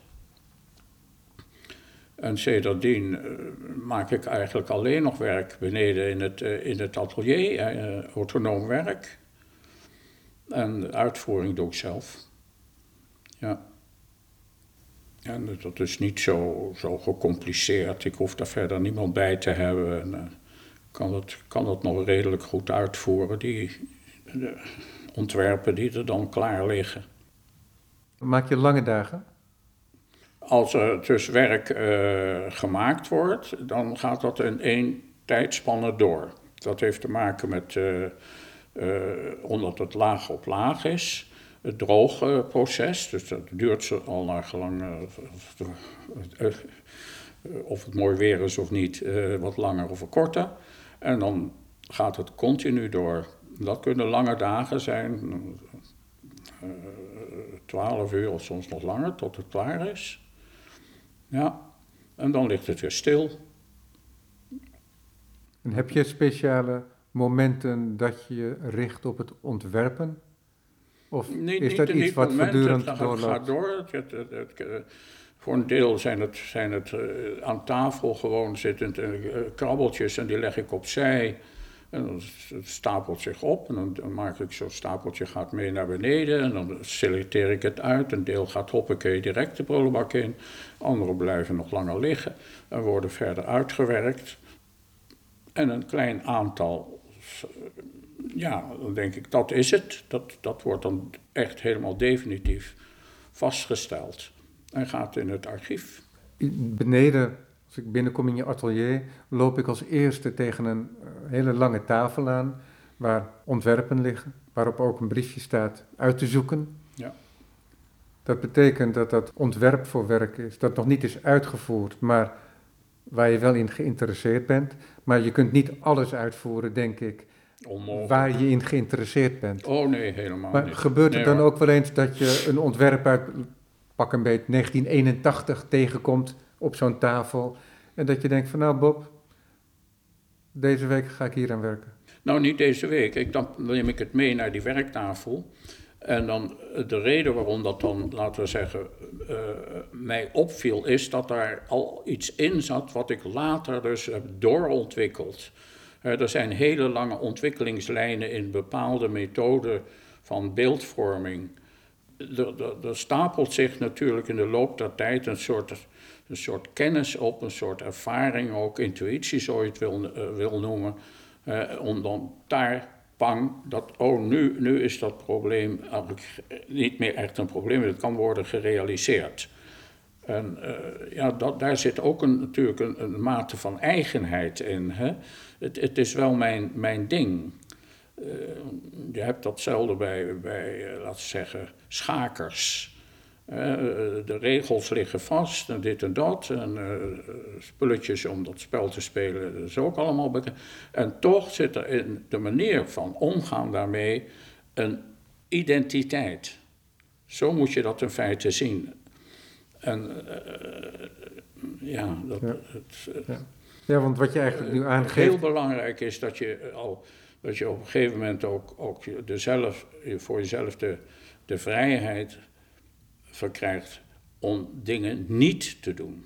En sedertdien uh, maak ik eigenlijk alleen nog werk beneden in het, uh, in het atelier, uh, autonoom werk. En de uitvoering doe ik zelf. Ja. En dat is niet zo, zo gecompliceerd. Ik hoef daar verder niemand bij te hebben. En, uh, kan het, kan het nog redelijk goed uitvoeren, die de ontwerpen die er dan klaar liggen. Maak je lange dagen? Als er dus werk uh, gemaakt wordt, dan gaat dat in één tijdspanne door. Dat heeft te maken met, uh, uh, omdat het laag op laag is, het droge proces. Dus dat duurt al naar gelang, uh, uh, uh, of het mooi weer is of niet, uh, wat langer of korter. En dan gaat het continu door. Dat kunnen lange dagen zijn, twaalf uh, uur of soms nog langer, tot het klaar is. Ja, en dan ligt het weer stil. En heb je speciale momenten dat je je richt op het ontwerpen? Of nee, is dat iets wat moment, voortdurend het, doorloopt? Het gaat door. Het, het, het, het, uh, voor een deel zijn het, zijn het uh, aan tafel gewoon zittend uh, krabbeltjes en die leg ik opzij. En dan het stapelt zich op en dan, dan maak ik zo'n stapeltje gaat mee naar beneden en dan selecteer ik het uit. Een deel gaat hoppakee direct de prullenbak in, andere blijven nog langer liggen en worden verder uitgewerkt. En een klein aantal, ja, dan denk ik dat is het. Dat, dat wordt dan echt helemaal definitief vastgesteld en gaat in het archief. Beneden, als ik binnenkom in je atelier, loop ik als eerste tegen een hele lange tafel aan waar ontwerpen liggen, waarop ook een briefje staat uit te zoeken. Ja. Dat betekent dat dat ontwerp voor werk is, dat nog niet is uitgevoerd, maar waar je wel in geïnteresseerd bent. Maar je kunt niet alles uitvoeren, denk ik, Onmogelijk. Waar je in geïnteresseerd bent. Oh nee, helemaal maar niet. Gebeurt het nee, dan hoor. ook wel eens dat je een ontwerp uit, pak een beetje, negentien eenentachtig tegenkomt op zo'n tafel. En dat je denkt van nou Bob, deze week ga ik hier aan werken. Nou, niet deze week. Ik, dan neem ik het mee naar die werktafel. En dan de reden waarom dat dan, laten we zeggen, uh, mij opviel, is dat daar al iets in zat wat ik later dus heb doorontwikkeld. Uh, er zijn hele lange ontwikkelingslijnen in bepaalde methoden van beeldvorming. Er, er, er stapelt zich natuurlijk in de loop der tijd een soort, een soort kennis op, een soort ervaring, ook intuïtie, zo je het wil, uh, wil noemen, uh, om dan daar bang dat, oh, nu, nu is dat probleem eigenlijk niet meer echt een probleem, het kan worden gerealiseerd. En uh, ja, dat, daar zit ook een, natuurlijk een, een mate van eigenheid in. Hè? Het, het is wel mijn, mijn ding. Uh, je hebt datzelfde bij, bij uh, laten we zeggen, schakers. Uh, de regels liggen vast en dit en dat. En uh, spulletjes om dat spel te spelen, dat is ook allemaal bekend. En toch zit er in de manier van omgaan daarmee een identiteit. Zo moet je dat in feite zien. En uh, ja, dat, ja. Het, uh, ja. ja, want wat je eigenlijk nu aangeeft... Heel belangrijk is dat je, al, dat je op een gegeven moment ook, ook de zelf, voor jezelf de, de vrijheid verkrijgt om dingen niet te doen.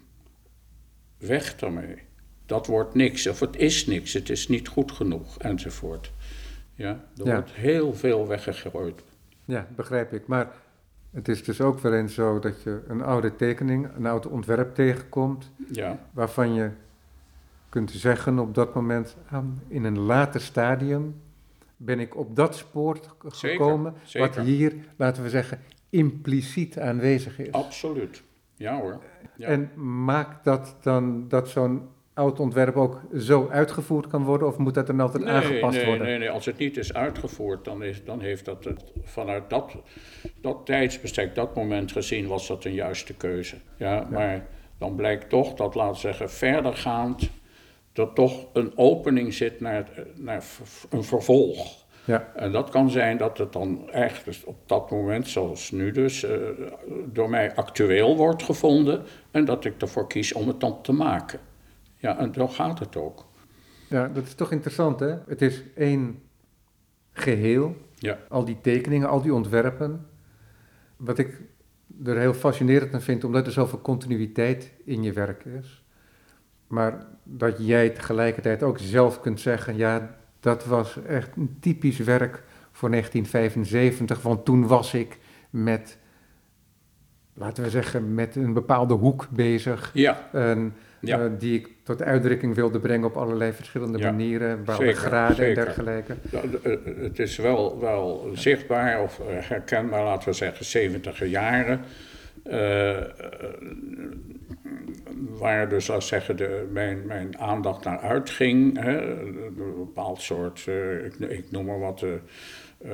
Weg ermee. Dat wordt niks, of het is niks, het is niet goed genoeg, enzovoort. Ja, er ja. wordt heel veel weggegooid. Ja, begrijp ik. Maar het is dus ook wel eens zo dat je een oude tekening, een oud ontwerp tegenkomt, ja. waarvan je kunt zeggen op dat moment, ah, in een later stadium ben ik op dat spoor gekomen, zeker, zeker. wat hier, laten we zeggen, impliciet aanwezig is. Absoluut, ja hoor. Ja. En maakt dat dan dat zo'n oud ontwerp ook zo uitgevoerd kan worden, of moet dat dan altijd nee, aangepast nee, worden? Nee, nee, als het niet is uitgevoerd, dan, is, dan heeft dat het, vanuit dat, dat tijdsbestek, dat moment gezien, was dat een juiste keuze. Ja, ja. Maar dan blijkt toch dat, laten we zeggen, verdergaand, er toch een opening zit naar, naar een vervolg. Ja. En dat kan zijn dat het dan echt op dat moment, zoals nu dus, uh, door mij actueel wordt gevonden en dat ik ervoor kies om het dan te maken. Ja, en zo gaat het ook. Ja, dat is toch interessant, hè? Het is één geheel, ja. Al die tekeningen, al die ontwerpen. Wat ik er heel fascinerend aan vind, omdat er zoveel continuïteit in je werk is. Maar dat jij tegelijkertijd ook zelf kunt zeggen, ja, dat was echt een typisch werk voor negentien vijfenzeventig, want toen was ik met, laten we zeggen, met een bepaalde hoek bezig. Ja. En, ja. uh, die ik tot uitdrukking wilde brengen op allerlei verschillende ja. manieren, bepaalde graden zeker. en dergelijke. Het is wel, wel zichtbaar of herkenbaar, laten we zeggen, zeventiger jaren. Uh, waar dus, laat zeggen, de, mijn, mijn aandacht naar uitging. Hè, een bepaald soort, uh, ik, ik noem maar wat, uh, uh,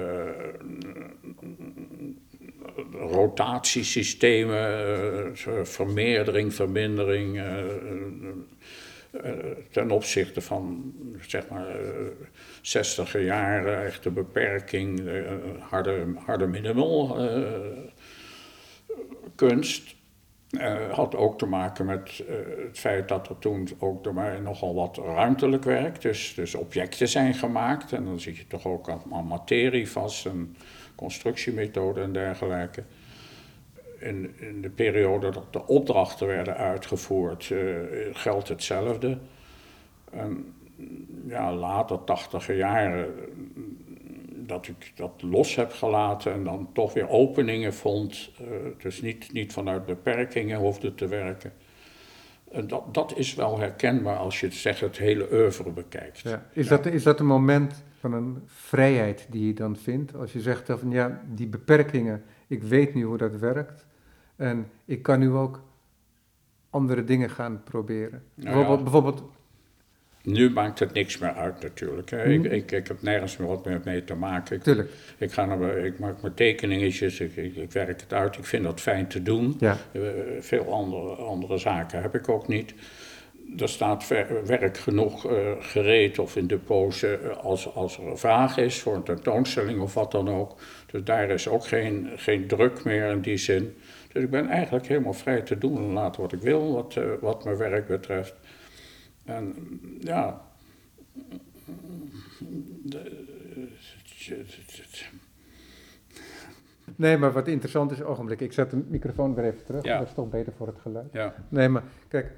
rotatiesystemen, uh, vermeerdering, vermindering, uh, uh, ten opzichte van, zeg maar, uh, zestiger jaren, echte beperking, uh, harde, harde minimal uh, kunst. Uh, had ook te maken met uh, het feit dat er toen ook door mij nogal wat ruimtelijk werk, dus, dus objecten zijn gemaakt. En dan zit je toch ook aan, aan materie vast en constructiemethoden en dergelijke. In, in de periode dat de opdrachten werden uitgevoerd, uh, geldt hetzelfde. En ja, later, tachtiger jaren, dat ik dat los heb gelaten en dan toch weer openingen vond. Uh, dus niet, niet vanuit beperkingen hoefde te werken. En dat, dat is wel herkenbaar als je zeg, het hele oeuvre bekijkt. Ja. Is, ja. dat, is dat een moment van een vrijheid die je dan vindt? Als je zegt van ja, die beperkingen, ik weet nu hoe dat werkt. En ik kan nu ook andere dingen gaan proberen. Nou bijvoorbeeld, ja. bijvoorbeeld... Nu maakt het niks meer uit natuurlijk. Hè. Hmm. Ik, ik, ik heb nergens meer wat meer mee te maken. Ik, Tuurlijk. Ik, ga naar, ik maak mijn tekeningetjes, ik, ik, ik werk het uit. Ik vind dat fijn te doen. Ja. Uh, veel andere, andere zaken heb ik ook niet. Er staat ver, werk genoeg uh, gereed of in depots uh, als, als er een vraag is voor een tentoonstelling of wat dan ook. Dus daar is ook geen, geen druk meer in die zin. Dus ik ben eigenlijk helemaal vrij te doen en laten wat ik wil, wat, uh, wat mijn werk betreft. En ja... De, Nee, maar wat interessant is, ogenblik, ik zet de microfoon weer even terug, ja. Dat is toch beter voor het geluid. Ja. Nee, maar kijk,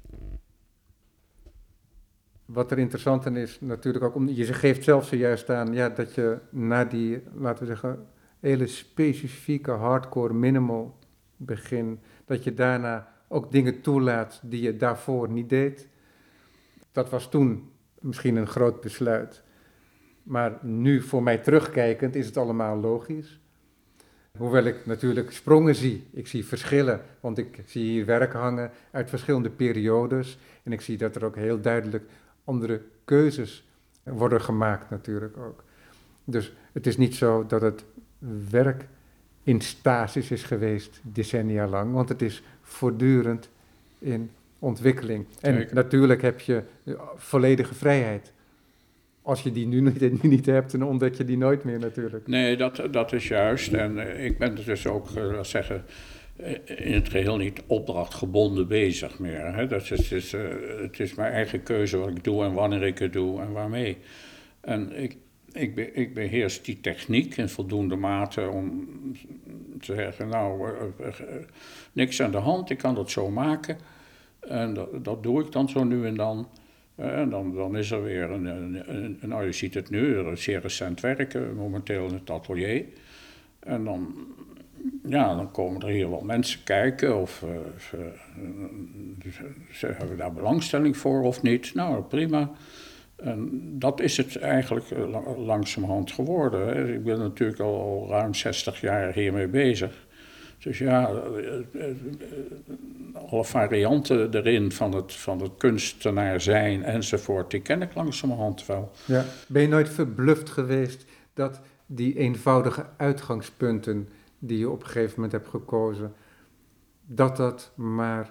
wat er interessant aan is natuurlijk ook, om, je geeft zelf zojuist aan, ja, dat je na die, laten we zeggen, hele specifieke hardcore minimal begin, dat je daarna ook dingen toelaat die je daarvoor niet deed. Dat was toen misschien een groot besluit. Maar nu voor mij terugkijkend is het allemaal logisch. Hoewel ik natuurlijk sprongen zie. Ik zie verschillen, want ik zie hier werk hangen uit verschillende periodes. En ik zie dat er ook heel duidelijk andere keuzes worden gemaakt natuurlijk ook. Dus het is niet zo dat het werk in stasis is geweest decennia lang, want het is voortdurend in ontwikkeling. En Zeker. Natuurlijk heb je volledige vrijheid. Als je die nu niet, nu niet hebt, dan ontdek je die nooit meer natuurlijk. Nee, dat, dat is juist. En uh, ik ben dus ook, uh, zeggen, uh, in het geheel niet opdrachtgebonden bezig meer. Hè? Dat is, het, is, uh, het is mijn eigen keuze wat ik doe en wanneer ik het doe en waarmee. En ik, ik, be, ik beheers die techniek in voldoende mate om te zeggen, nou, uh, uh, uh, niks aan de hand, ik kan dat zo maken. En dat, dat doe ik dan zo nu en dan. En dan, dan is er weer een, een, een, nou je ziet het nu, er is zeer recent werken, momenteel in het atelier. En dan, ja, dan komen er hier wel mensen kijken of uh, ze, ze hebben daar belangstelling voor of niet. Nou, prima. En dat is het eigenlijk langzamerhand geworden. Hè. Ik ben natuurlijk al, al ruim zestig jaar hiermee bezig. Dus ja, alle varianten erin van het, van het kunstenaar zijn enzovoort, die ken ik langzamerhand wel. Ja. Ben je nooit verbluft geweest dat die eenvoudige uitgangspunten die je op een gegeven moment hebt gekozen, dat dat maar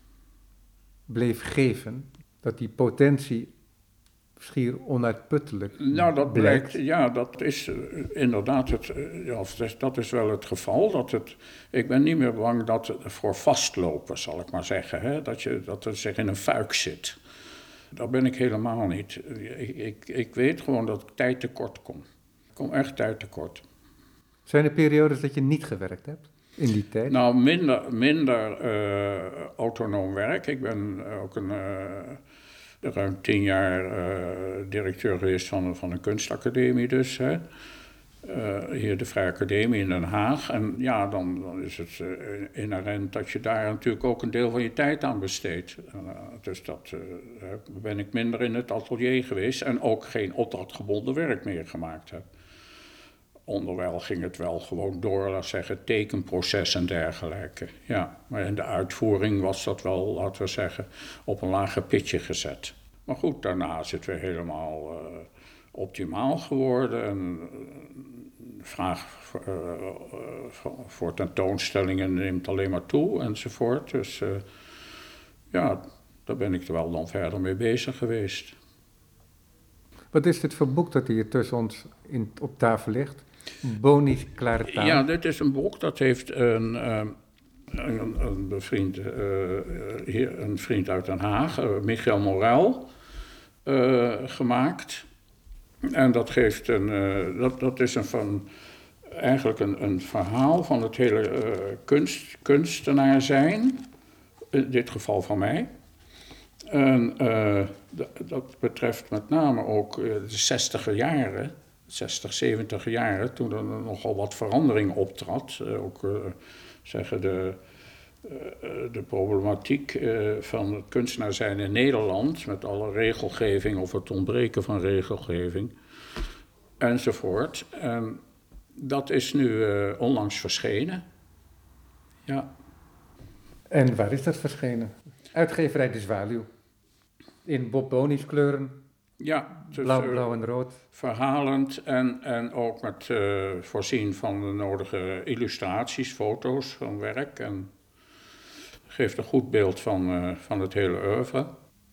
bleef geven? Dat die potentie schier onuitputtelijk Nou, dat blijkt. blijkt, ja, dat is uh, inderdaad het, uh, ja, dat is wel het geval. Dat het, ik ben niet meer bang dat het voor vastlopen, zal ik maar zeggen. Hè? Dat, je, dat het zich in een fuik zit. Dat ben ik helemaal niet. Ik, ik, ik weet gewoon dat ik tijd tekort kom. Ik kom echt tijd tekort. Zijn er periodes dat je niet gewerkt hebt in die tijd? Nou, minder, minder uh, autonoom werk. Ik ben ook een... Uh, ruim tien jaar uh, directeur geweest van, van een kunstacademie dus. Hè. Uh, hier de Vrije Academie in Den Haag. En ja, dan, dan is het uh, inherent dat je daar natuurlijk ook een deel van je tijd aan besteedt. Uh, dus dat uh, ben ik minder in het atelier geweest en ook geen opdrachtgebonden werk meer gemaakt heb. Onderwijl ging het wel gewoon door, laat zeggen, tekenproces en dergelijke. Ja, maar in de uitvoering was dat wel, laten we zeggen, op een lager pitje gezet. Maar goed, daarna is het weer helemaal uh, optimaal geworden. En de vraag voor, uh, uh, voor tentoonstellingen neemt alleen maar toe enzovoort. Dus uh, ja, daar ben ik er wel dan verder mee bezig geweest. Wat is dit voor boek dat hier tussen ons in, op tafel ligt? Boni's Klare Taal. Ja, dit is een boek dat heeft een, um, een, een, bevriend, uh, hier, een vriend uit Den Haag, uh, Michael Morel, uh, gemaakt. En dat geeft een, uh, dat, dat is een van, eigenlijk een, een verhaal van het hele uh, kunst, kunstenaar zijn, in dit geval van mij. En uh, dat, dat betreft met name ook uh, de zestiger jaren. zestig, zeventig jaren, toen er nogal wat verandering optrad. Uh, ook uh, zeggen de, uh, de problematiek uh, van het kunstenaar zijn in Nederland, met alle regelgeving of het ontbreken van regelgeving, enzovoort. En dat is nu uh, onlangs verschenen. Ja. En waar is dat verschenen? Uitgeverij De Zwaluw. In Bob Boni's kleuren. Ja, dus, blauw, blauw en rood. Verhalend en, en ook met uh, voorzien van de nodige illustraties, foto's van werk. En geeft een goed beeld van, uh, van het hele oeuvre.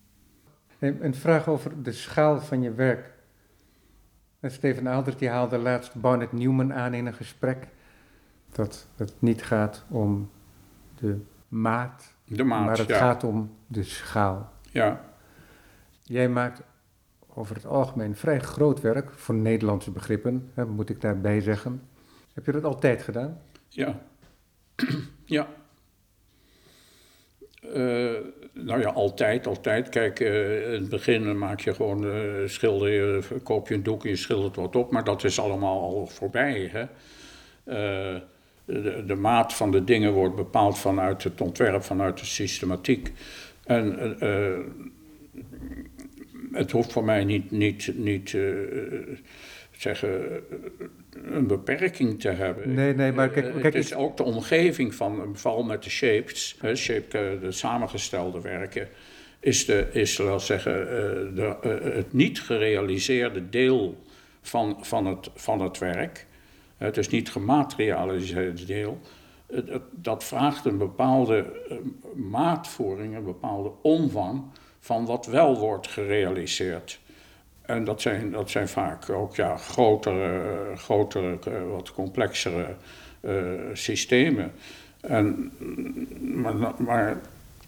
Een vraag over de schaal van je werk. Steven Aldert die haalde laatst Barnett Newman aan in een gesprek. Dat het niet gaat om de maat, De maat, maar het ja. gaat om de schaal. Ja, Jij maakt over het algemeen vrij groot werk voor Nederlandse begrippen, hè, moet ik daarbij zeggen. Heb je dat altijd gedaan? ja, ja. Uh, nou ja, altijd, altijd. Kijk, uh, in het begin maak je gewoon, uh, schilder je, koop je een doek en je schildert wat op, maar dat is allemaal al voorbij. Hè? Uh, de, de maat van de dingen wordt bepaald vanuit het ontwerp, vanuit de systematiek. En uh, het hoeft voor mij niet, niet, niet uh, zeggen, een beperking te hebben. Nee, nee, maar kijk... kijk het is ook de omgeving van, vooral met de shapes, hè, shape, de samengestelde werken, is, de, is wel zeggen, de, het niet gerealiseerde deel van, van, het, van het werk. Het is niet gematerialiseerd deel. Dat vraagt een bepaalde maatvoering, een bepaalde omvang van wat wel wordt gerealiseerd. En dat zijn, dat zijn vaak ook ja, grotere, grotere, wat complexere uh, systemen. En, maar, maar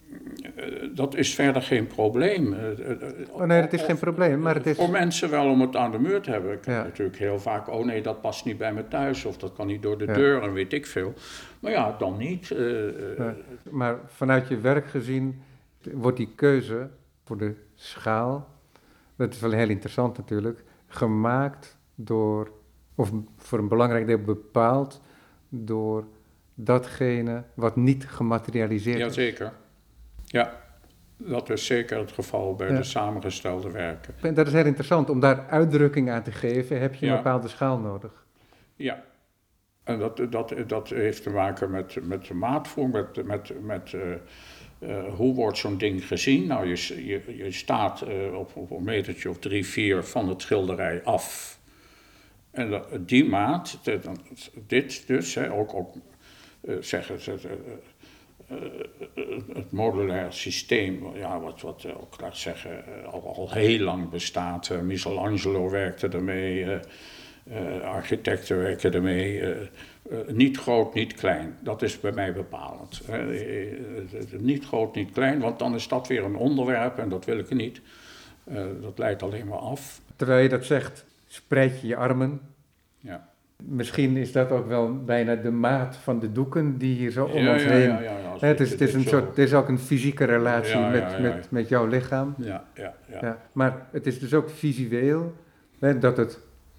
dat is verder geen probleem. Oh nee, dat is geen probleem, maar het is... Voor mensen wel om het aan de muur te hebben. Ik heb ja. natuurlijk heel vaak, oh nee, dat past niet bij me thuis, of dat kan niet door de ja. deur, en weet ik veel. Maar ja, dan niet. Uh, ja. Maar vanuit je werk gezien wordt die keuze voor de schaal, dat is wel heel interessant natuurlijk, gemaakt door, of voor een belangrijk deel bepaald door datgene wat niet gematerialiseerd is. Jazeker. Ja, dat is zeker het geval bij ja. de samengestelde werken. En dat is heel interessant. Om daar uitdrukking aan te geven, heb je ja. een bepaalde schaal nodig. Ja, en dat, dat, dat heeft te maken met, met de maatvoering, met, met, met uh, uh, hoe wordt zo'n ding gezien. Nou, je, je, je staat uh, op, op een metertje of drie, vier van het schilderij af. En dat, die maat, dit dus, hè, ook, ook uh, zeggen ze... Uh, Uh, het modulair systeem, ja, wat, wat ook, laat zeggen, al, al heel lang bestaat. Uh, Michelangelo werkte ermee, uh, uh, architecten werken ermee. Uh, uh, niet groot, niet klein. Dat is bij mij bepalend. Uh, uh, uh, niet groot, niet klein, want dan is dat weer een onderwerp en dat wil ik niet. Uh, dat leidt alleen maar af. Terwijl je dat zegt, spreid je je armen. Ja. Misschien is dat ook wel bijna de maat van de doeken die hier zo om ja, ons ja, heen... Ja, ja, ja, het, is, het, is een soort, het is ook een fysieke relatie ja, ja, met, ja, ja. Met, met jouw lichaam. Ja, ja, ja. Ja, maar het is dus ook visueel, hè, dat het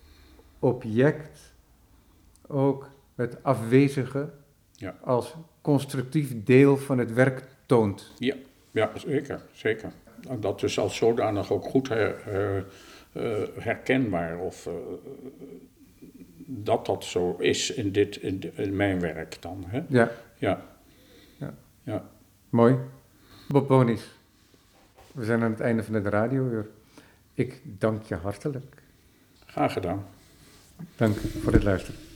object ook het afwezige ja. als constructief deel van het werk toont. Ja, ja zeker, zeker. En dat is als zodanig ook goed her, her, uh, herkenbaar of... Uh, dat dat zo is in, dit, in, de, in mijn werk dan. Hè? Ja. Ja. ja. ja. Mooi. Bob Bonis, we zijn aan het einde van het radiouur. Ik dank je hartelijk. Graag gedaan. Dank voor het luisteren.